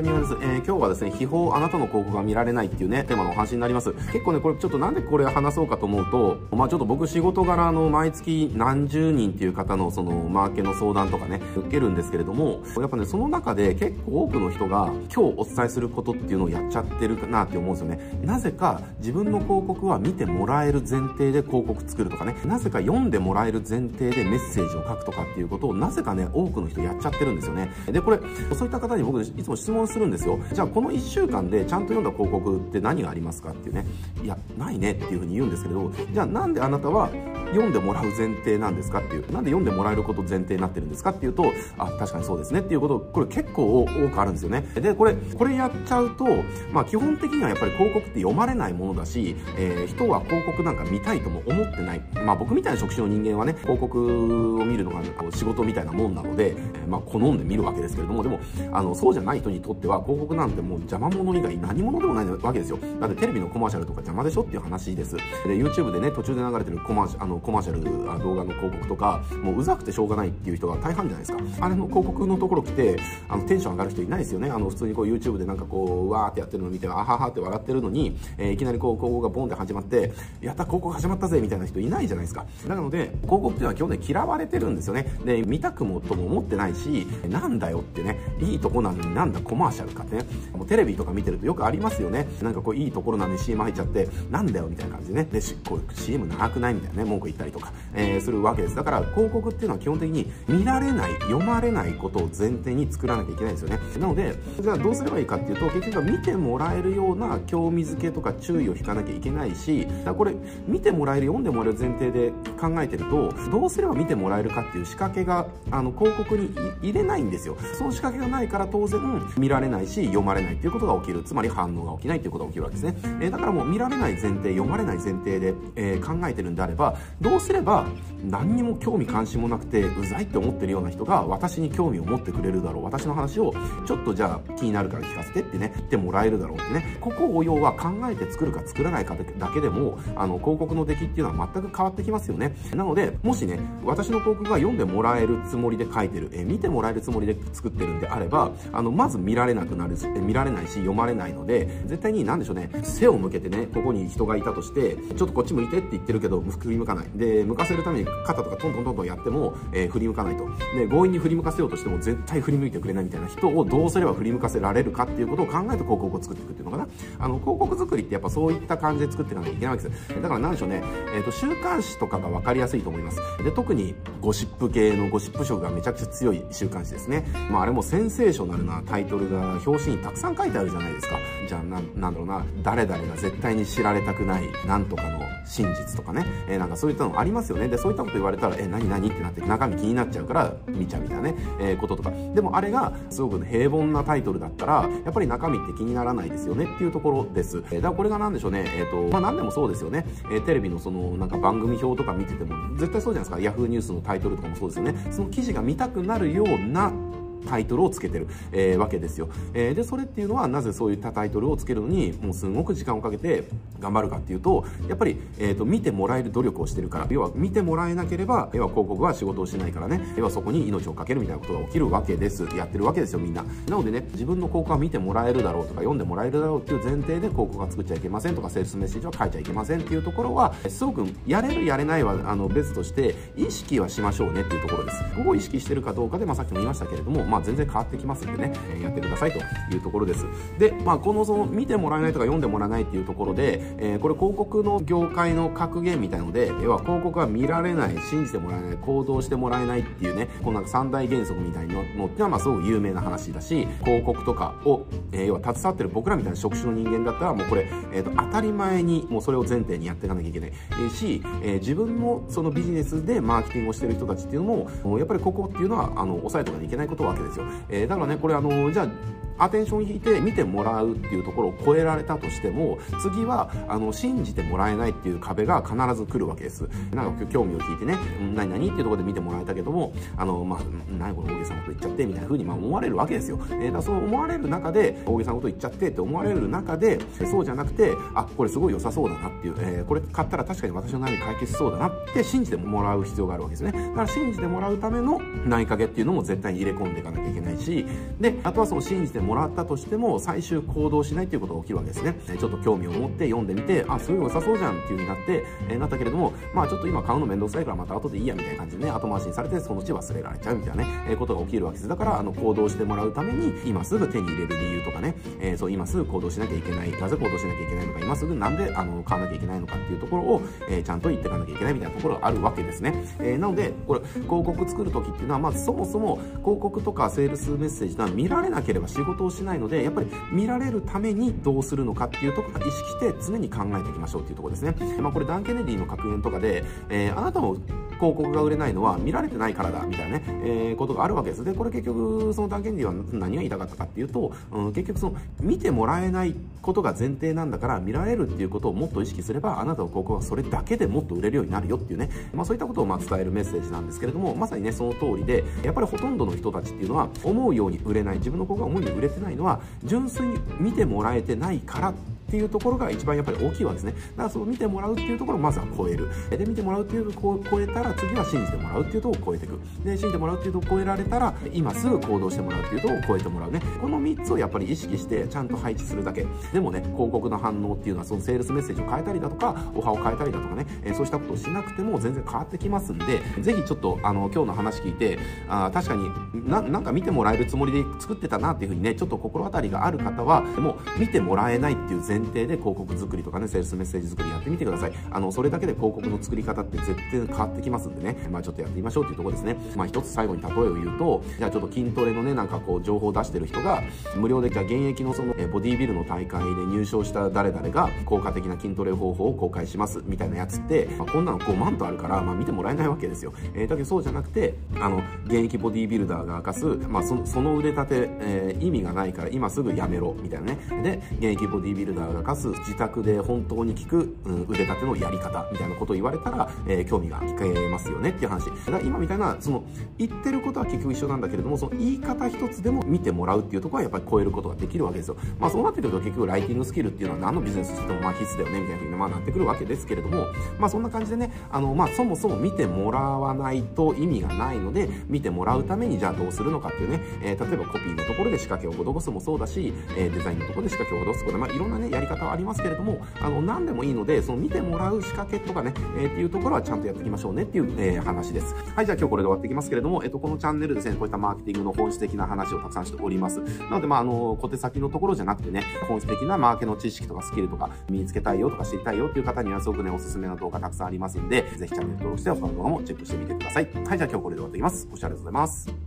ニオです。今日はですね、秘宝あなたの広告が見られないっていうね、テーマのお話になります。結構ね、これちょっとなんでこれ話そうかと思うと、ちょっと僕仕事柄毎月何十人っていう方のマーケの相談とかね、受けるんですけれども、やっぱね、その中で結構多くの人が今日お伝えすることっていうのをやっちゃってるかなって思うんですよね。なぜか自分の広告は見てもらえる前提で広告作るとかね、なぜか読んでもらえる前提でメッセージを書くとかっていうことをなぜかね、多くの人やっちゃってるんですよね。で、これ、そういった方に僕いつも質問するんですよ。じゃあこの1週間でちゃんと読んだ広告って何がありますかっていうね。いや、ないねっていうふうに言うんですけれど、じゃあなんであなたは読んでもらう前提なんですかっていう、なんで読んでもらえること前提になってるんですかっていうと、あ、確かにそうですねっていうこと、これ結構多くあるんですよね。で、これやっちゃうと、基本的にはやっぱり広告って読まれないものだし、人は広告なんか見たいとも思ってない。僕みたいな職種の人間はね、広告を見るのが仕事みたいなもんなので、好んで見るわけですけれども、でも、そうじゃない人にとっては広告なんてもう邪魔者以外何者でもないわけですよ。だってテレビのコマーシャルとか邪魔でしょっていう話です。で、YouTube でね、途中で流れてるコマーシャル、動画の広告とか、もううざくてしょうがないっていう人が大半じゃないですか。あれの広告のところ来て、テンション上がる人いないですよね。普通にYouTube でなんかうわーってやってるのを見て、あははって笑ってるのに、いきなり広告がボンって始まって、やった、広告始まったぜみたいな人いないじゃないですか。なので、広告っていうのは基本的に嫌われてるんですよね。で、見たくもとも思ってないし、なんだよってね、いいとこなのになんだコマーシャルかってね、もうテレビとか見てるとよくありますよね。なんかいいところなのに CM 入っちゃって、なんだよみたいな感じでね、で、CM 長くないみたいなね、文句言ったりとか、するわけです。だから広告っていうのは基本的に見られない、読まれないことを前提に作らなきゃいけないんですよね。なので、じゃあどうすればいいかっていうと、結局は見てもらえるような興味づけとか注意を引かなきゃいけないし、これ見てもらえる、読んでもらえる前提で考えてると、どうすれば見てもらえるかっていう仕掛けが広告に入れないんですよ。その仕掛けがないから当然見られないし読まれないっていうことが起きる。つまり反応が起きないっていうことが起きるわけですね。だからもう見られない前提、読まれない前提で、考えてるんであれば、どうすれば何にも興味関心もなくてうざいって思ってるような人が私に興味を持ってくれるだろう、私の話をちょっとじゃあ気になるから聞かせてってね、言ってもらえるだろうってね、ここを要は考えて作るか作らないかだけでも広告の出来っていうのは全く変わってきますよね。なので、もしね、私の広告が読んでもらえるつもりで書いてる、見てもらえるつもりで作ってるんであれば、まず見られなくなるし、見られないし読まれないので、絶対に何でしょうね、背を向けてね、ここに人がいたとして、ちょっとこっち向いてって言ってるけど振り向かない。で、向かせるために肩とかトントントントンやっても、振り向かないと。で、強引に振り向かせようとしても絶対振り向いてくれないみたいな人をどうすれば振り向かせられるかっていうことを考えて広告を作っていくっていうのかな。広告作りってやっぱそういった感じで作っていかなきゃいけないわけです。だから何でしょうね、週刊誌とかが分かりやすいと思います。で、特にゴシップ系のゴシップ色がめちゃくちゃ強い週刊誌ですね。あれもセンセーショナルなタイトルが表紙にたくさん書いてあるじゃないですか。じゃあなんだろうな、誰々が絶対に知られたくないなんとかの真実とかね、なんかそういったのありますよね。で、そういったこと言われたら何ってなって中身気になっちゃうから見ちゃうみたいなね、こととか。でもあれがすごく平凡なタイトルだったらやっぱり中身って気にならないですよねっていうところです。だからこれが何でしょうね、何でもそうですよね。テレビのなんか番組表とか見てても絶対そうじゃないですか。ヤフーニュースのタイトルとかもそうですよね。その記事が見たくなるようなタイトルをつけてる、わけですよ。で、それっていうのはなぜそういったタイトルをつけるのにもうすごく時間をかけて頑張るかっていうと、やっぱり、見てもらえる努力をしてるから。要は見てもらえなければ、要は広告は仕事をしないからね、要はそこに命をかけるみたいなことが起きるわけです。やってるわけですよ、みんな。なのでね、自分の広告は見てもらえるだろうとか読んでもらえるだろうっていう前提で広告は作っちゃいけませんとか、セールスメッセージは書いちゃいけませんっていうところはすごくやれるやれないは別として意識はしましょうねっていうところです。ここを意識してるかどうかで、さっきも言いましたけれども、全然変わってきますんでね、やってくださいというところです。で、この見てもらえないとか読んでもらえないっていうところで、これ広告の業界の格言みたいので、要は広告は見られない、信じてもらえない、行動してもらえないっていうね、このなんか三大原則みたいなのっていうのはすごく有名な話だし、広告とかを、要は携わってる僕らみたいな職種の人間だったらもうこれ、当たり前にもうそれを前提にやっていかなきゃいけない、し、自分のそのビジネスでマーケティングをしてる人たちっていうのもやっぱりここっていうのは抑えとかにいけないことわけですよ。だからね、これじゃあアテンション引いて見てもらうっていうところを超えられたとしても、次は信じてもらえないっていう壁が必ず来るわけです。なんか興味を引いてね、何々っていうところで見てもらえたけども、何これ大げさなこと言っちゃってみたいな風に思われるわけですよ。だからそう思われる中で、大げさなこと言っちゃってって思われる中で、そうじゃなくて、これすごい良さそうだなっていう、これ買ったら確かに私の悩み解決しそうだなって信じてもらう必要があるわけですね。だから信じてもらうための内掛けっていうのも絶対に入れ込んでいかなきゃいけないし、で、あとはその信じてもらったとしても、最終行動しないっていうことが起きるわけですね。ちょっと興味を持って読んでみて、あ、すごい良さそうじゃんっていう風になって、なったけれども、まあちょっと今買うのめんどくさいからまた後でいいやみたいな感じでね、後回しにされて、そのうち忘れられちゃうみたいなね、ことが起きるわけです。だから、行動してもらうために、今すぐ手に入れる理由とかね、そう、今すぐ行動しなきゃいけない、なぜ行動しなきゃいけないのか、今すぐなんで、買わなきゃいけないのかっていうところを、ちゃんと言っていかなきゃいけないみたいなところがあるわけですね。なので、これ、広告作るときっていうのは、まずそもそも広告とかセールスメッセージは見られなければ仕事をしないので、やっぱり見られるためにどうするのかっていうところを意識して常に考えていきましょうっていうところですね。まあこれダン・ケネディの格言とかで、あなたの広告が売れないのは見られてないからだみたいなね、ことがあるわけです。で、これ結局そのダン・ケネディは何が言いたかったかっていうと、結局その見てもらえないことが前提なんだから、見られるっていうことをもっと意識すれば、あなたの広告はそれだけでもっと売れるようになるよっていうね、まあそういったことをまあ伝えるメッセージなんですけれども、まさにね、その通りで、やっぱりほとんどの人たちっていうのは思うように売れない、自分の広告が思うように売れてないのは、純粋に見てもらえてないからっていうところが一番やっぱり大きいわけですね。だからその見てもらうっていうところをまずは超える。で、見てもらうっていうところを超えたら、次は信じてもらうっていうところを超えていく。で、信じてもらうっていうところを超えられたら、今すぐ行動してもらうっていうところを超えてもらうね。この3つをやっぱり意識してちゃんと配置するだけ。でもね、広告の反応っていうのは、そのセールスメッセージを変えたりだとか、オファーを変えたりだとかね、そうしたことをしなくても全然変わってきますんで、ぜひちょっと今日の話聞いて、確かになんか見てもらえるつもりで作ってたなっていうふうにね、ちょっと心当たりがある方は、もう見てもらえないっていう前提で広告作りとかね、セールスメッセージ作りやってみてください。それだけで広告の作り方って絶対変わってきますんでね、まあちょっとやってみましょうっていうところですね。まあ一つ最後に例えを言うと、じゃあちょっと筋トレのね、なんかこう情報を出してる人が、無料でじゃあ現役のそのボディービルの大会で入賞した誰々が効果的な筋トレ方法を公開しますみたいなやつって、まあ、こんなの5万とあるから、まあ見てもらえないわけですよ。だけどそうじゃなくて、現役ボディービルダーが明かす、まあその腕立て、意味がないから今すぐやめろみたいなね。で、現役ボディービルダーが明かす自宅で本当に効く、腕立てのやり方みたいなことを言われたら、興味が引けますよねっていう話。だから今みたいな、その言ってることは結局一緒なんだけれども、その言い方一つでも見てもらうっていうところはやっぱり超えることができるわけですよ。まあそうなってくると結局ライティングスキルっていうのは何のビジネスしてもまあ必須だよねみたいな風にまあなってくるわけですけれども、まあそんな感じでね、まあそもそも見てもらわないと意味がないので、見てもらうためにじゃあどうするのかっていうね、例えばコピーのところで仕掛けを施すもそうだし、デザインのところで仕掛けを施すことで、まあいろんなね、やり方はありますけれども、何でもいいので、その見てもらう仕掛けとかね、っていうところはちゃんとやっていきましょうねっていう、話です。はい、じゃあ今日これで終わっていきますけれども、このチャンネルですね、こういったマーケティングの本質的な話をたくさんしております。なので、まあ小手先のところじゃなくてね、本質的なマーケの知識とかスキルとか身につけたいよとか知りたいよっていう方にはすごくね、おすすめの動画たくさんありますんで、ぜひチャンネル登録して他の動画もチェックしてみてください。はい、じゃあ今日これで終わっていきます。ご視聴ありがとうございます。